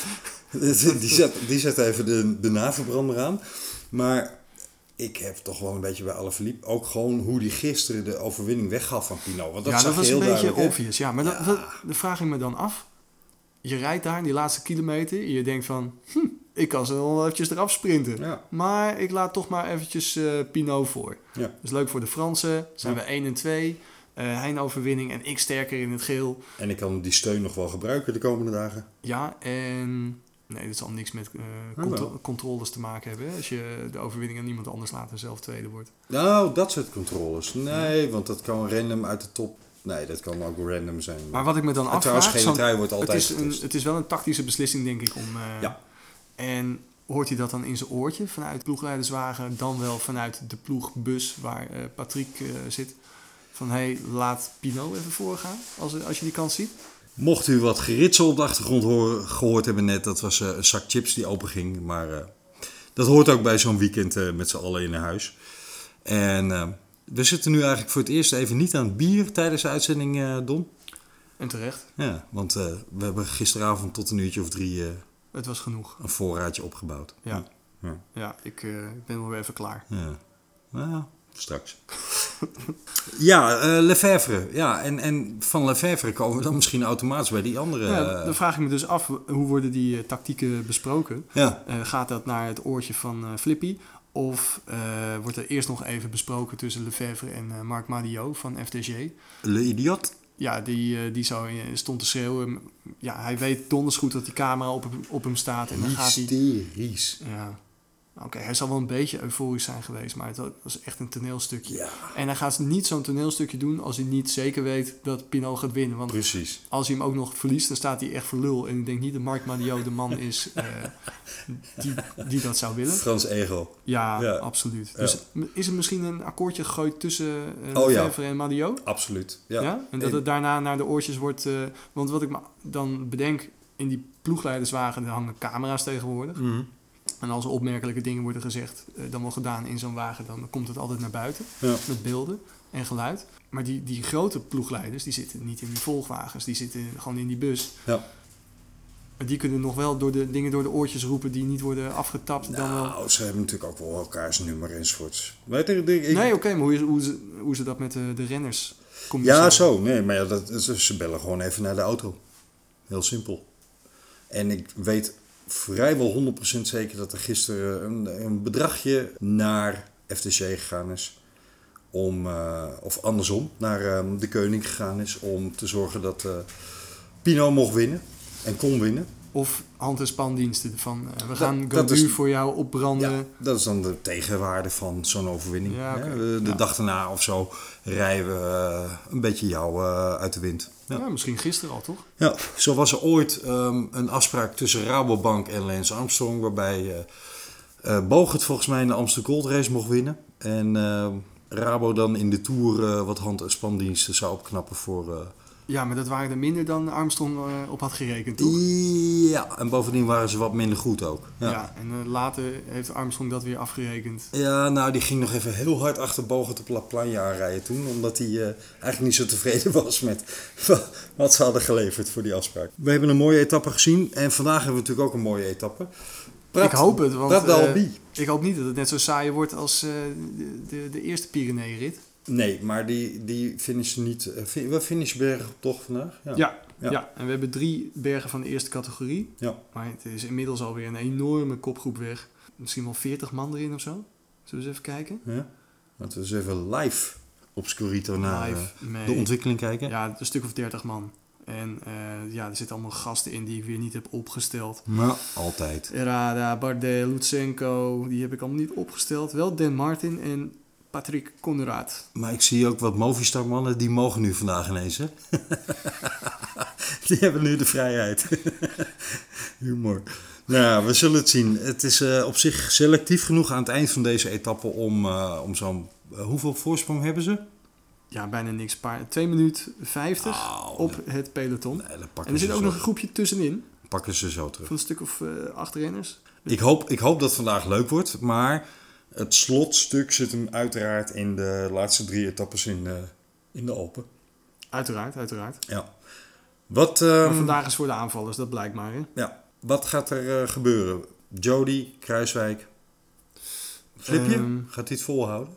die, zet, die zet even de, de navelbrander aan. Maar ik heb toch wel een beetje bij Alaphilippe ook gewoon hoe die gisteren de overwinning weggaf van Pinot. Want dat ja, zag dat was je heel een beetje duidelijk, obvious. Ja, maar ja. Dat, dat, dan vraag ik me dan af. Je rijdt daar in die laatste kilometer. En je denkt van... Hm, ik kan ze wel eventjes eraf sprinten. Ja. Maar ik laat toch maar eventjes uh, Pinot voor. Ja. Dat is leuk voor de Fransen. Zijn ja. we één en twee. Uh, hij een overwinning en ik sterker in het geel. En ik kan die steun nog wel gebruiken de komende dagen. Ja, en... Nee, dat zal niks met uh, contro- oh, controles te maken hebben. Hè? Als je de overwinning aan niemand anders laat en zelf tweede wordt. Nou, dat soort controles. Nee, ja. Want dat kan random uit de top... Nee, dat kan ook random zijn. Maar wat ik me dan afvraag... Trouwens, gele trui wordt altijd het is, een, getest. het is wel een tactische beslissing, denk ik. Om, uh, ja. En hoort hij dat dan in zijn oortje vanuit ploegleiderswagen... dan wel vanuit de ploegbus waar uh, Patrick uh, zit... van hé, hey, laat Pinot even voorgaan als, als je die kans ziet? Mocht u wat geritsel op de achtergrond horen, gehoord hebben net... dat was uh, een zak chips die open ging. Maar uh, dat hoort ook bij zo'n weekend uh, met z'n allen in huis. En uh, we zitten nu eigenlijk voor het eerst even niet aan het bier tijdens de uitzending, uh, Don. En terecht. Ja, want uh, we hebben gisteravond tot een uurtje of drie... Uh, het was genoeg. Een voorraadje opgebouwd. Ja, ja. ja ik uh, ben wel weer even klaar. Ja, nou, straks. ja, uh, Lefevre. Ja, en, en van Lefevre komen we dan misschien automatisch bij die andere... Ja, dan vraag ik me dus af, hoe worden die uh, tactieken besproken? Ja. Uh, gaat dat naar het oortje van uh, Flippy? Of uh, wordt er eerst nog even besproken tussen Lefevre en uh, Marc Madiot van F D G? Le Idiot? Ja, die, uh, die zo stond te schreeuwen. Ja, hij weet donders goed dat die camera op, op hem staat. En dan gaat hij... Hysterisch. Ja. Oké, okay, hij zal wel een beetje euforisch zijn geweest, maar het was echt een toneelstukje. Ja. En hij gaat niet zo'n toneelstukje doen als hij niet zeker weet dat Pinot gaat winnen. Want precies. Als hij hem ook nog verliest, dan staat hij echt voor lul. En ik denk niet dat Marc Madiot de man is uh, die, die dat zou willen. Frans ego. Ja, ja. absoluut. Ja. Dus is er misschien een akkoordje gegooid tussen uh, oh, Lefevre ja. en Madiot? Absoluut. Ja. ja? En dat het daarna naar de oortjes wordt... Uh, want wat ik me dan bedenk, in die ploegleiderswagen er hangen camera's tegenwoordig. Mm-hmm. En als er opmerkelijke dingen worden gezegd, uh, dan wel gedaan in zo'n wagen, dan komt het altijd naar buiten. Ja. Met beelden en geluid. Maar die, die grote ploegleiders, die zitten niet in die volgwagens. Die zitten gewoon in die bus. Ja. Maar die kunnen nog wel door de dingen door de oortjes roepen die niet worden afgetapt. Nou, dan wel... ze hebben natuurlijk ook wel elkaars nummer enzovoorts. Weet je, ik... Nee, oké, okay, maar hoe, hoe, ze, hoe ze dat met de, de renners communiceren? Ja, zo. Nee, maar ja, dat, ze bellen gewoon even naar de auto. Heel simpel. En ik weet vrijwel honderd procent zeker dat er gisteren een, een bedragje naar F D C gegaan is. Om, uh, of andersom, naar uh, de Koning gegaan is. Om te zorgen dat uh, Pinot mocht winnen. En kon winnen. Of hand- en spandiensten van uh, we gaan dat, Gaudu is, voor jou opbranden. Ja, dat is dan de tegenwaarde van zo'n overwinning. Ja, okay. De, de ja. dag daarna of zo rijden we uh, een beetje jou uh, uit de wind. Ja. Ja, misschien gisteren al, toch? Ja, zo was er ooit um, een afspraak tussen Rabobank en Lance Armstrong. Waarbij uh, uh, Bogert volgens mij in de Amsterdam Gold Race mocht winnen. En uh, Rabo dan in de Tour uh, wat hand- en spandiensten zou opknappen voor uh, Ja, maar dat waren er minder dan Armstrong uh, op had gerekend, toch? Ja, en bovendien waren ze wat minder goed ook. Ja, ja en uh, later heeft Armstrong dat weer afgerekend. Ja, nou, die ging nog even heel hard achter Bogert op La Plagne aanrijden toen. Omdat hij uh, eigenlijk niet zo tevreden was met wat ze hadden geleverd voor die afspraak. We hebben een mooie etappe gezien. En vandaag hebben we natuurlijk ook een mooie etappe. Prat, ik hoop het, want uh, ik hoop niet dat het net zo saai wordt als uh, de, de, de eerste Pyrenee-rit. Nee, maar die, die finishen niet... Uh, we finishen bergen toch vandaag? Ja. Ja, ja. ja, en we hebben drie bergen van de eerste categorie. Ja. Maar het is inmiddels alweer een enorme kopgroep weg. Misschien wel veertig man erin of zo. Zullen we eens even kijken? Ja. Laten we eens even live op Scorito naar live, uh, de ontwikkeling kijken. Ja, een stuk of dertig man. En uh, ja, er zitten allemaal gasten in die ik weer niet heb opgesteld. Nou, altijd. Rada, Bardet, Lutsenko, die heb ik allemaal niet opgesteld. Wel Dan Martin en Patrick Conrad. Maar ik zie ook wat Movistar mannen, die mogen nu vandaag ineens, hè? Die hebben nu de vrijheid. Humor. Nou, we zullen het zien. Het is uh, op zich selectief genoeg aan het eind van deze etappe om, uh, om zo'n... Uh, hoeveel voorsprong hebben ze? Ja, bijna niks. twee minuten vijftig oh, op nee. het peloton. Nee, en er zit ook zo. nog een groepje tussenin. Pakken ze zo terug. Van een stuk of uh, acht renners. Ik hoop, ik hoop dat het vandaag leuk wordt, maar het slotstuk zit hem uiteraard in de laatste drie etappes in, uh, in de Alpen. Uiteraard, uiteraard. Ja. Wat, um, maar vandaag is voor de aanvallers, dat blijkt maar. Hè? Ja. Wat gaat er uh, gebeuren? Jody, Kruiswijk. Flipje? Um, gaat hij het volhouden?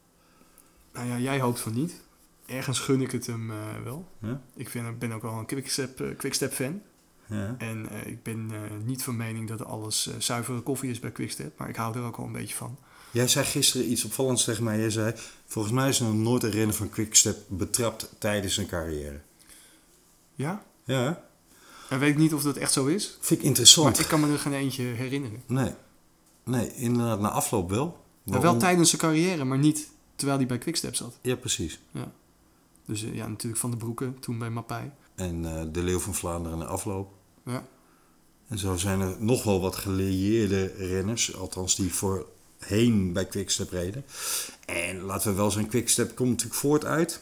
Nou ja, jij hoopt van niet. Ergens gun ik het hem uh, wel. Ja? Ik vind, ben ook wel een Quickstep, uh, Quickstep fan. Ja. En uh, ik ben uh, niet van mening dat alles uh, zuivere koffie is bij Quickstep. Maar ik hou er ook wel een beetje van. Jij zei gisteren iets opvallends tegen mij. Jij zei, volgens mij is er nog nooit een renner van Quickstep betrapt tijdens zijn carrière. Ja? Ja. En weet ik niet of dat echt zo is. Vind ik interessant. Maar ik kan me er geen eentje herinneren. Nee. Nee, inderdaad, na afloop wel. Ja, wel tijdens zijn carrière, maar niet terwijl hij bij Quickstep zat. Ja, precies. Ja. Dus uh, ja, natuurlijk Van den Broeke, toen bij Mappij. En uh, de Leeuw van Vlaanderen na afloop. Ja. En zo zijn er nog wel wat gelieerde renners, althans die voorheen bij Quickstep reden. En laten we wel zijn, Quickstep komt natuurlijk voort uit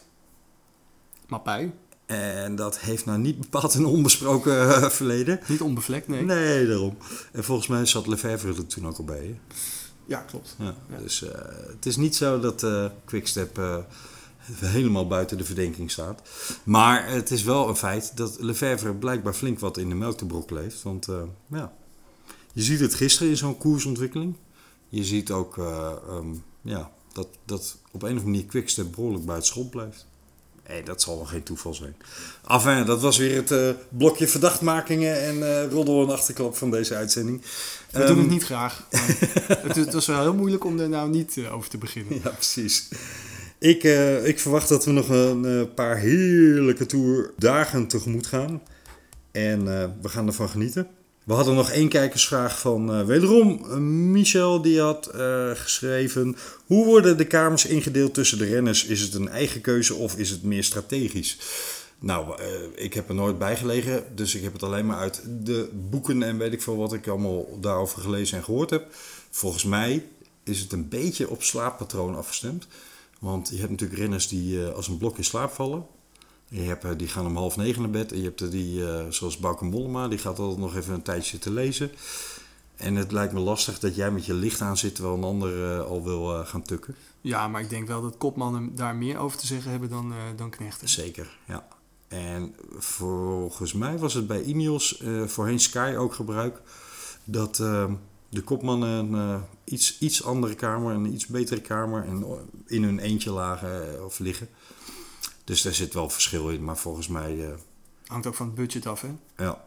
Mappij. En dat heeft nou niet bepaald een onbesproken uh, verleden. Niet onbevlekt, nee. Nee, daarom. En volgens mij zat Lefevre er toen ook al bij. Hè? Ja, klopt. Ja, ja. Dus uh, het is niet zo dat uh, Quickstep uh, helemaal buiten de verdenking staat. Maar het is wel een feit dat Lefevre blijkbaar flink wat in de melk te brokkelen heeft. Want uh, ja, je ziet het gisteren in zo'n koersontwikkeling. Je ziet ook uh, um, ja, dat, dat op een of andere manier Quickstep behoorlijk buiten schot blijft. Nee, dat zal wel geen toeval zijn. Enfin, dat was weer het uh, blokje verdachtmakingen en uh, roddel en achterklap van deze uitzending. We um, doen het niet graag. het, het was wel heel moeilijk om er nou niet uh, over te beginnen. Ja, precies. Ik, uh, ik verwacht dat we nog een uh, paar heerlijke tourdagen tegemoet gaan. En uh, we gaan ervan genieten. We hadden nog één kijkersvraag van uh, wederom uh, Michel. Die had uh, geschreven: hoe worden de kamers ingedeeld tussen de renners? Is het een eigen keuze of is het meer strategisch? Nou, uh, ik heb er nooit bij gelegen. Dus ik heb het alleen maar uit de boeken en weet ik veel wat ik allemaal daarover gelezen en gehoord heb. Volgens mij is het een beetje op slaappatroon afgestemd. Want je hebt natuurlijk renners die uh, als een blok in slaap vallen. Je hebt, uh, die gaan om half negen naar bed. En je hebt er die, uh, zoals Bauke Mollema, die gaat altijd nog even een tijdje te lezen. En het lijkt me lastig dat jij met je licht aan zit terwijl een ander uh, al wil uh, gaan tukken. Ja, maar ik denk wel dat kopmannen daar meer over te zeggen hebben dan, uh, dan knechten. Zeker, ja. En volgens mij was het bij Ineos, uh, voorheen Sky ook gebruik, dat uh, de kopmannen een uh, iets, iets andere kamer, een iets betere kamer en in hun eentje lagen uh, of liggen. Dus daar zit wel verschil in, maar volgens mij... Uh... Hangt ook van het budget af, hè? Ja.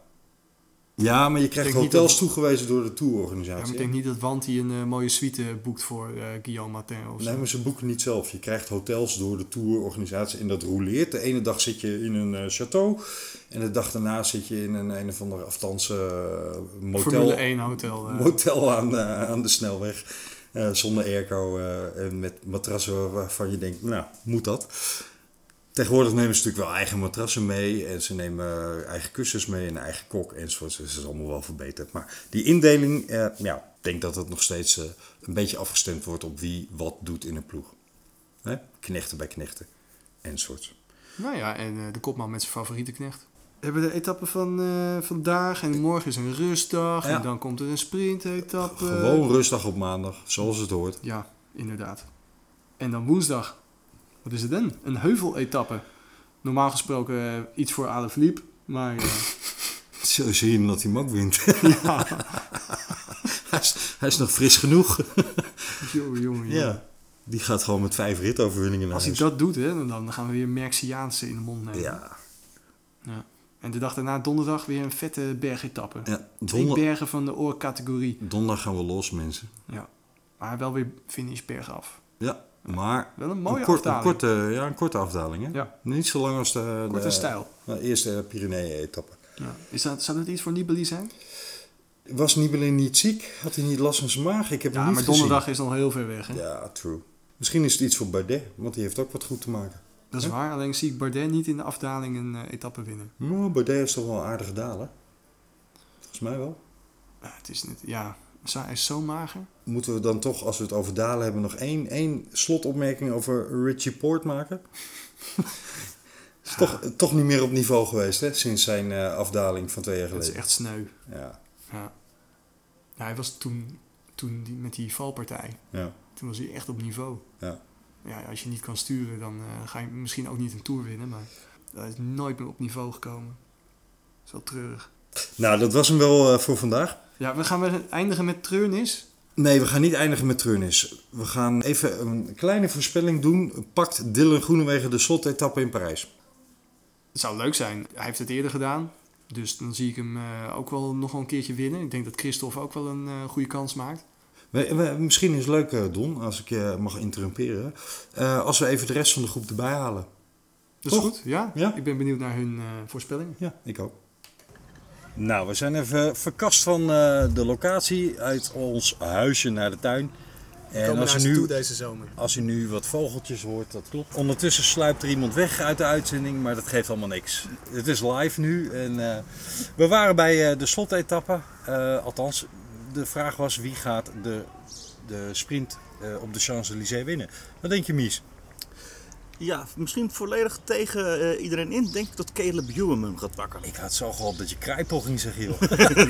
Ja, maar je krijgt hotels dat... toegewezen door de tourorganisatie. Ja, maar ik denk niet dat Wanty een uh, mooie suite boekt voor uh, Guillaume Martin of zo. Nee, maar ze boeken niet zelf. Je krijgt hotels door de tourorganisatie en dat roleert. De ene dag zit je in een uh, château en de dag daarna zit je in een een of andere afstands uh, motel. Formule één hotel. Uh... Motel aan, uh, aan de snelweg. Uh, zonder airco uh, en met matrassen waarvan je denkt, nou, moet dat? Tegenwoordig nemen ze natuurlijk wel eigen matrassen mee en ze nemen eigen kussens mee en een eigen kok enzovoort. Dus dat is allemaal wel verbeterd. Maar die indeling, eh, ja, ik denk dat het nog steeds eh, een beetje afgestemd wordt op wie wat doet in een ploeg. Hè? Knechten bij knechten enzovoort. Nou ja, en uh, de kopman met zijn favoriete knecht. We hebben de etappe van uh, vandaag en morgen is een rustdag. Ja. En dan komt er een sprintetappe. Gewoon rustdag op maandag, zoals het hoort. Ja, inderdaad. En dan woensdag. Wat is het dan? Een heuveletappe. Normaal gesproken uh, iets voor Alaphilippe, maar... Uh... Zo zie je dat hij hem ook wint. Ja. hij, is, hij is nog fris genoeg. jongen, jongen. Ja. Die gaat gewoon met vijf ritoverwinningen naar Als huis. hij dat doet, hè, dan gaan we weer Merciaanse in de mond nemen. Ja. ja. En de dag daarna, donderdag, weer een vette bergetappe. Ja, Twee donder... bergen van de oorcategorie. Donderdag gaan we los, mensen. Ja. Maar wel weer finish bergaf. Ja, maar... Wel een mooie een kort, afdaling. Een korte, ja, een korte afdaling, hè? Ja. Niet zo lang als de... Kort en stijl. De eerste Pyreneeën-etappe. Ja. Is dat, zou dat iets voor Nibali zijn? Was Nibali niet ziek? Had hij niet last van zijn maag? Ik heb ja, hem niet maar gezien. donderdag is nog heel ver weg, hè? Ja, true. Misschien is het iets voor Bardet, want die heeft ook wat goed te maken. Dat is ja? waar, alleen zie ik Bardet niet in de afdaling een uh, etappe winnen. Nou, Bardet is toch wel een aardige daler? Volgens mij wel. Ja, het is niet, ja, hij is zo mager. Moeten we dan toch, als we het over dalen hebben, nog één, één slotopmerking over Richie Porte maken? Is toch, toch niet meer op niveau geweest, hè? Sinds zijn uh, afdaling van twee jaar geleden. Dat is echt sneu. Ja. Ja. Ja, hij was toen, toen die, met die valpartij. Ja. Toen was hij echt op niveau. Ja. Ja, als je niet kan sturen, dan uh, ga je misschien ook niet een Tour winnen. Maar hij is nooit meer op niveau gekomen. Dat is wel treurig. Nou, dat was hem wel uh, voor vandaag. Ja, we gaan weer eindigen met treurnis. Nee, we gaan niet eindigen met treurnis. We gaan even een kleine voorspelling doen. Pakt Dylan Groenewegen de slotetappe in Parijs? Het zou leuk zijn. Hij heeft het eerder gedaan. Dus dan zie ik hem uh, ook wel nog wel een keertje winnen. Ik denk dat Christophe ook wel een uh, goede kans maakt. We, we, misschien is het leuk, uh, Don, als ik je mag interrumperen. Uh, als we even de rest van de groep erbij halen. Dat is Toch? goed, ja? Ja. Ik ben benieuwd naar hun uh, voorspellingen. Ja, ik ook. Nou, we zijn even verkast van uh, de locatie uit ons huisje naar de tuin. En Komen als naar u, ze nu, toe deze zomer. als u nu wat vogeltjes hoort, dat klopt. Ondertussen sluipt er iemand weg uit de uitzending, maar dat geeft allemaal niks. Het is live nu en uh, we waren bij uh, de slotetappe. Uh, althans, de vraag was wie gaat de, de sprint uh, op de Champs-Élysées winnen. Wat denk je, Mies? Ja, misschien volledig tegen uh, iedereen in. Denk ik dat Caleb Ewan hem gaat pakken. Ik had zo gehoopt dat je Kruipel ging zeggen, joh.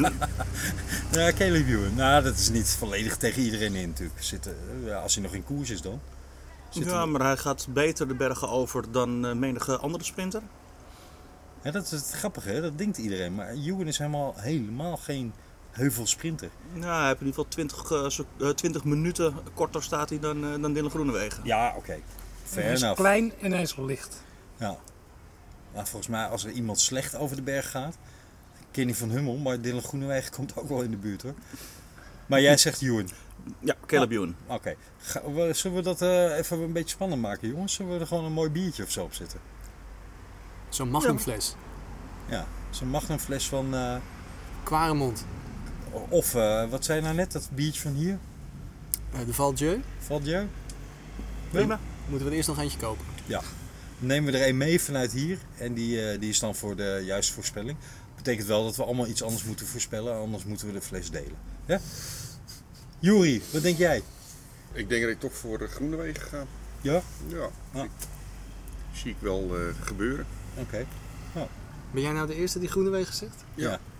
Ja, Caleb Ewan. Nou, dat is niet volledig tegen iedereen in natuurlijk. Zitten, ja, als hij nog in koers is dan. Zitten ja, we... maar hij gaat beter de bergen over dan uh, menige andere sprinter. Ja, dat is het grappige, hè? Dat denkt iedereen. Maar Ewan is helemaal, helemaal geen heuvelsprinter. Ja, hij heeft in ieder geval twintig, uh, so, uh, twintig minuten korter staat hij dan, uh, dan Dylan Groenewegen. Ja, oké. Okay. Hij is klein en hij is licht. Ja. Maar volgens mij als er iemand slecht over de berg gaat, Kenny van Hummel, maar Dylan Groenewegen komt ook wel in de buurt, hoor. Maar jij zegt Ewan. Ja, Caleb Ewan. Oh, oké. Okay. Zullen we dat uh, even een beetje spannend maken, jongens? Zullen we er gewoon een mooi biertje of zo op zetten? Zo'n magnumfles. Ja, ja zo'n magnumfles van... Uh, Quaremont. Of, uh, wat zei je nou net, dat biertje van hier? Uh, de Valdieu. Valdieu? Prima. Moeten we er eerst nog eentje kopen? Ja. Dan nemen we er een mee vanuit hier. En die, uh, die is dan voor de juiste voorspelling. Betekent wel dat we allemaal iets anders moeten voorspellen. Anders moeten we de fles delen. Ja? Juri, wat denk jij? Ik denk dat ik toch voor de Groenewegen ga. Ja? Ja. Ah. Zie ik wel uh, gebeuren. Oké. Okay. Oh. Ben jij nou de eerste die Groenewegen zegt? Ja. ja.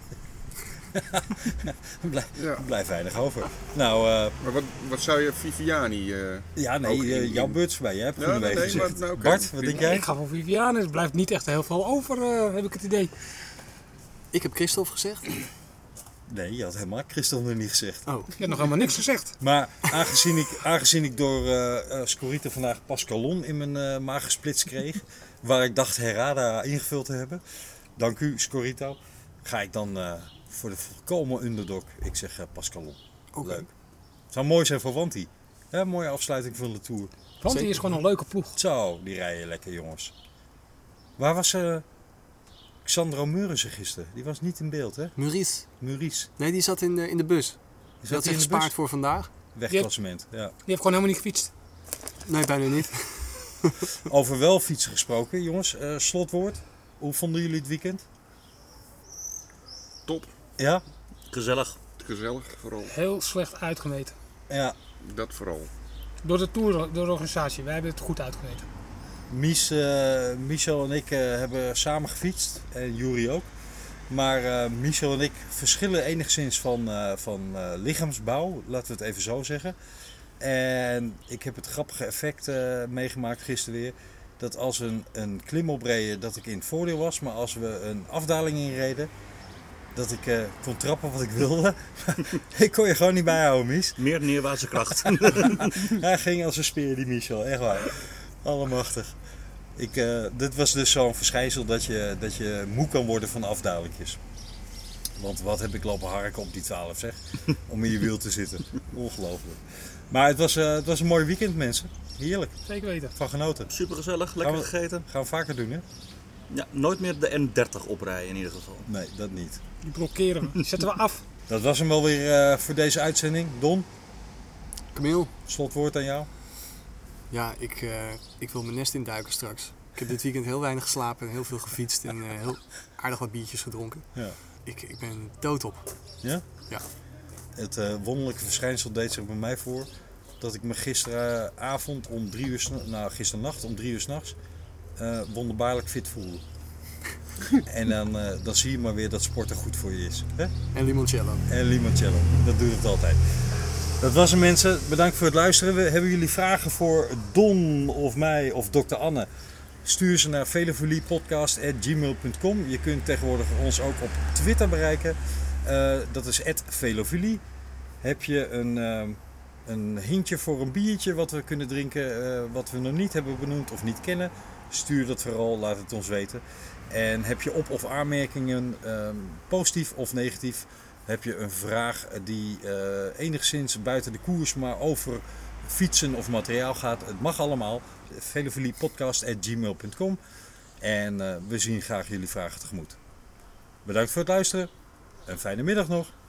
Blijf, ja. blijf weinig over. Nou, uh, maar wat, wat zou je Viviani... Uh, ja, nee, in, in... jouw beurt is voorbij. Jij hebt ja, Groenewegen nee, gezegd. Maar, nou, okay. Bart, wat denk jij? Ik ga voor Viviani. Er blijft niet echt heel veel over, uh, heb ik het idee. Ik heb Christophe gezegd. Nee, je had helemaal Christophe nog niet gezegd. Oh. Je hebt nog helemaal niks gezegd. Maar aangezien ik, aangezien ik door uh, uh, Scorita vandaag Pascalon in mijn uh, maag gesplitst kreeg, waar ik dacht Herrada ingevuld te hebben, dank u Scorito, ga ik dan uh, voor de volkomen underdog, ik zeg uh, Pascalon. Okay. Leuk. Het zou mooi zijn voor Wanty. Ja, mooie afsluiting van de Tour. Wanty is gewoon een leuke ploeg. Zo, die rijden lekker, jongens. Waar was uh, Xandro Murissen gisteren? Die was niet in beeld, hè? Maurice. Maurice. Nee, die zat in de, in de bus. Die had zich gespaard bus? voor vandaag. Wegklassement, ja. Die heeft gewoon helemaal niet gefietst. Nee, bijna niet. Over wel fietsen gesproken, jongens. Uh, slotwoord. Hoe vonden jullie het weekend? Top. Ja? Gezellig. Gezellig, vooral. Heel slecht uitgemeten. Ja. Dat vooral. Door de Tour, door de organisatie. Wij hebben het goed uitgemeten. Mies, uh, Michel en ik uh, hebben samen gefietst en Juri ook. Maar uh, Michel en ik verschillen enigszins van, uh, van uh, lichaamsbouw, laten we het even zo zeggen. En ik heb het grappige effect uh, meegemaakt gisteren weer. Dat als we een, een klim opreden, dat ik in het voordeel was. Maar als we een afdaling inreden, dat ik uh, kon trappen wat ik wilde. Ik kon je gewoon niet bijhouden, Mies. Meer neerwaartse kracht. Hij ging als een speer, die Michel. Echt waar. Allemachtig. Ik, uh, dit was dus zo'n verschijnsel dat je, dat je moe kan worden van afdalingjes. Want wat heb ik lopen harken op die twaalf, zeg. Om in je wiel te zitten. Ongelooflijk. Maar het was, uh, het was een mooi weekend, mensen. Heerlijk. Zeker weten. Van genoten. Super gezellig, lekker gaan we, gegeten. Gaan we vaker doen, hè? Ja, nooit meer de N dertig oprijden in ieder geval. Nee, dat niet. Die blokkeren we. Zetten we af. Dat was hem wel weer uh, voor deze uitzending. Don, Camille. slotwoord aan jou. Ja, ik, uh, ik wil mijn nest induiken straks. Ik heb dit weekend heel weinig geslapen en heel veel gefietst en uh, heel aardig wat biertjes gedronken. Ja. Ik, ik ben doodop. Ja? Ja. Het uh, wonderlijke verschijnsel deed zich bij mij voor dat ik me gisteravond om drie uur, nou gisternacht om drie uur 's nachts uh, wonderbaarlijk fit voelde. En dan, uh, dan zie je maar weer dat sporten goed voor je is. Hè? En limoncello. En limoncello, dat doet het altijd. Dat was het, mensen. Bedankt voor het luisteren. We hebben jullie vragen voor Don of mij of dokter Anne? Stuur ze naar velofiliepodcast at gmail dot com. Je kunt tegenwoordig ons ook op Twitter bereiken. Uh, dat is at velofilie. Heb je een, uh, een hintje voor een biertje wat we kunnen drinken, uh, wat we nog niet hebben benoemd of niet kennen? Stuur dat vooral, laat het ons weten. En heb je op- of aanmerkingen, uh, positief of negatief? Heb je een vraag die uh, enigszins buiten de koers, maar over fietsen of materiaal gaat? Het mag allemaal. velofiliepodcast at gmail dot com. En uh, we zien graag jullie vragen tegemoet. Bedankt voor het luisteren. Een fijne middag nog.